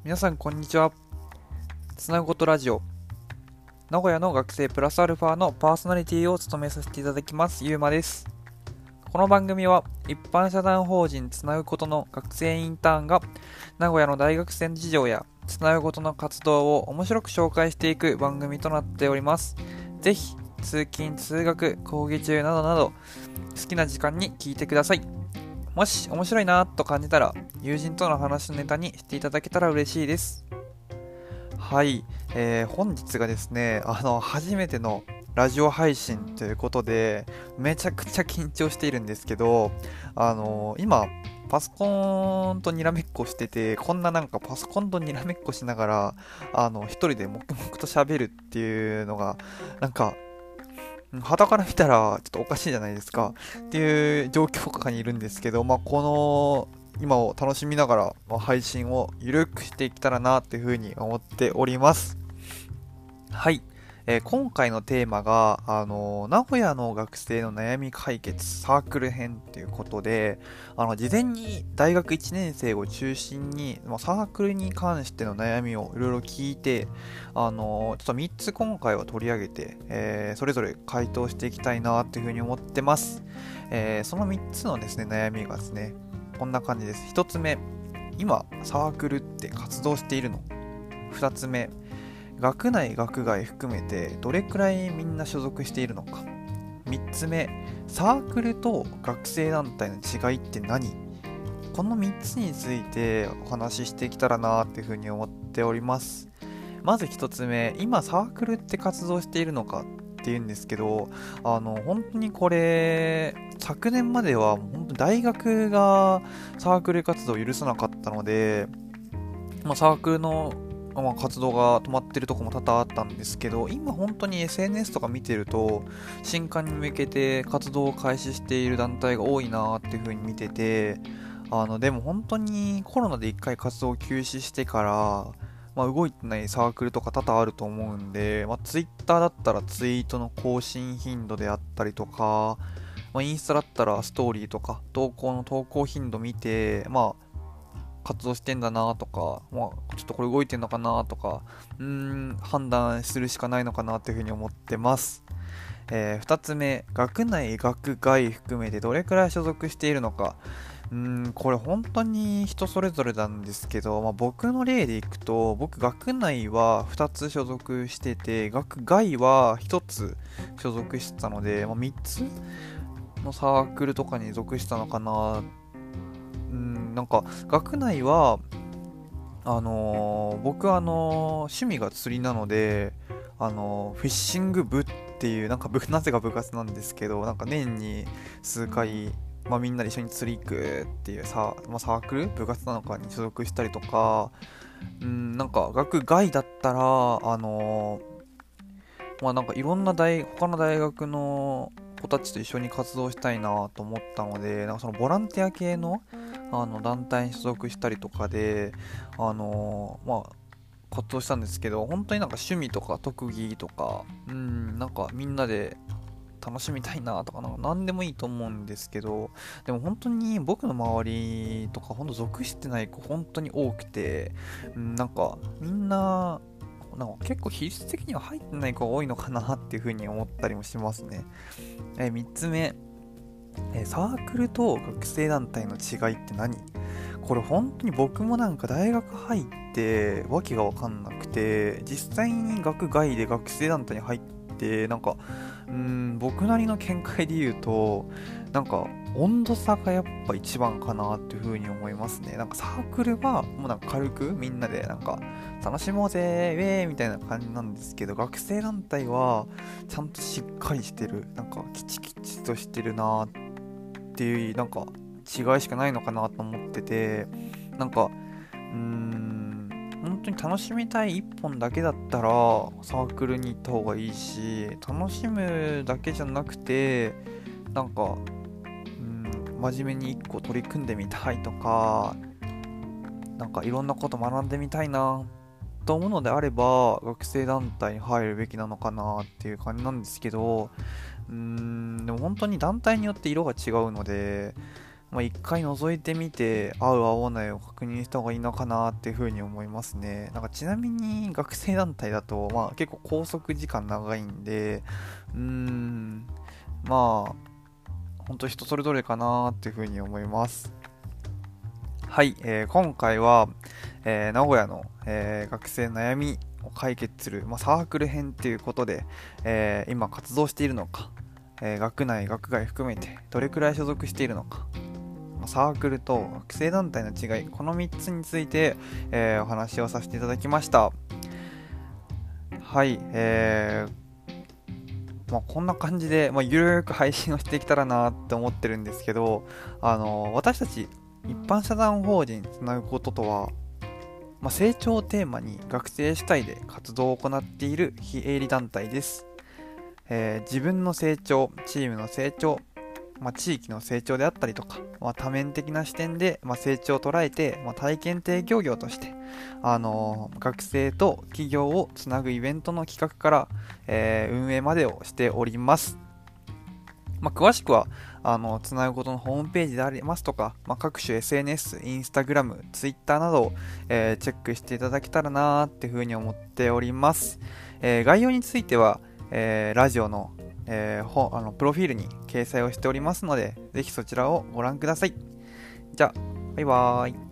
皆さんこんにちは。つなぐことラジオ、名古屋の学生プラスアルファのパーソナリティを務めさせていただきますゆうまです。この番組は一般社団法人つなぐことの学生インターンが名古屋の大学生の事情やつなぐことの活動を面白く紹介していく番組となっております。ぜひ通勤通学講義中などなど好きな時間に聞いてください。もし面白いなと感じたら友人との話のネタにしていただけたら嬉しいです。はい、本日がですね、初めてのラジオ配信ということで、めちゃくちゃ緊張しているんですけど、今、パソコンとにらめっこしてて、こんななんかパソコンとにらめっこしながら、一人で黙々と喋るっていうのが、なんか、傍から見たらちょっとおかしいじゃないですかっていう状況下にいるんですけど、この今を楽しみながら、配信をゆるくしていけたらなっていうふうに思っております。はい、今回のテーマが、名古屋の学生の悩み解決サークル編ということで、事前に大学1年生を中心に、サークルに関しての悩みをいろいろ聞いて、ちょっと3つ今回は取り上げて、それぞれ回答していきたいなというふうに思ってます。その3つのですね、悩みがですね、こんな感じです。1つ目、今サークルって活動しているの？ 2 つ目、学内学外含めてどれくらいみんな所属しているのか。3つ目、サークルと学生団体の違いって何？この3つについてお話ししていけたらなっていうふうに思っております。まず1つ目、今サークルって活動しているのかっていうんですけど、本当にこれ昨年までは本当大学がサークル活動を許さなかったので、サークルの活動が止まってるとこも多々あったんですけど、今本当に SNS とか見てると新刊に向けて活動を開始している団体が多いなっていう風に見てて、でも本当にコロナで一回活動を休止してから、動いてないサークルとか多々あると思うんで、Twitter だったらツイートの更新頻度であったりとか、インスタだったらストーリーとか投稿の投稿頻度見て、活動してんだなとか、ちょっとこれ動いてんのかなとか、判断するしかないのかなというふうに思ってます。2つ目、学内学外含めてどれくらい所属しているのか。これ本当に人それぞれなんですけど、僕の例でいくと、僕学内は2つ所属してて、学外は1つ所属してたので、3つのサークルとかに属したのかな。なんか学内は僕は趣味が釣りなので、フィッシング部っていうなぜか部活なんですけど、年に数回、みんなで一緒に釣り行くっていうサークル部活なのかに所属したりとか、学外だったらいろんな他の大学の子たちと一緒に活動したいなと思ったので、そのボランティア系の団体に所属したりとかで、活動したんですけど、本当に趣味とか特技とか、みんなで楽しみたいなとか、何でもいいと思うんですけど、でも本当に僕の周りとか、本当属してない子本当に多くて、みんな、結構比率的には入ってない子が多いのかなっていうふうに思ったりもしますね。3つ目、サークルと学生団体の違いって何？これ本当に僕も大学入ってわけが分かんなくて、実際に学外で学生団体に入って僕なりの見解で言うと、温度差がやっぱ一番かなっていう風に思いますね。サークルはもう軽くみんなで楽しもうぜーウェーみたいな感じなんですけど、学生団体はちゃんとしっかりしてる、キチキチとしてるなーっていう違いしかないのかなと思ってて、本当に楽しみたい一本だけだったらサークルに行った方がいいし、楽しむだけじゃなくて真面目に一個取り組んでみたいとか、いろんなこと学んでみたいなと思うのであれば学生団体に入るべきなのかなっていう感じなんですけど、でも本当に団体によって色が違うので、 一回覗いてみて合う合わないを確認した方がいいのかなっていうふうに思いますね。ちなみに学生団体だと、結構拘束時間長いんで、まあ本当人それぞれかなっていうふうに思います。はい、今回は、名古屋の、学生悩みを解決する、サークル編ということで、今活動しているのか、学内学外含めてどれくらい所属しているのか、サークルと学生団体の違い、この3つについて、お話をさせていただきました。はい、こんな感じで、ゆるーく配信をしていけたらなって思ってるんですけど、私たち一般社団法人つなぐこととは、成長をテーマに学生主体で活動を行っている非営利団体です。自分の成長、チームの成長、地域の成長であったりとか、多面的な視点で、成長を捉えて、体験提供業として、学生と企業をつなぐイベントの企画から、運営までをしております。詳しくはつなぐことのホームページでありますとか、各種 SNS、インスタグラム、ツイッターなどを、チェックしていただけたらなーっていうふうに思っております。概要については、ラジオのプロフィールに掲載をしておりますので、ぜひそちらをご覧ください。じゃあ、バイバーイ。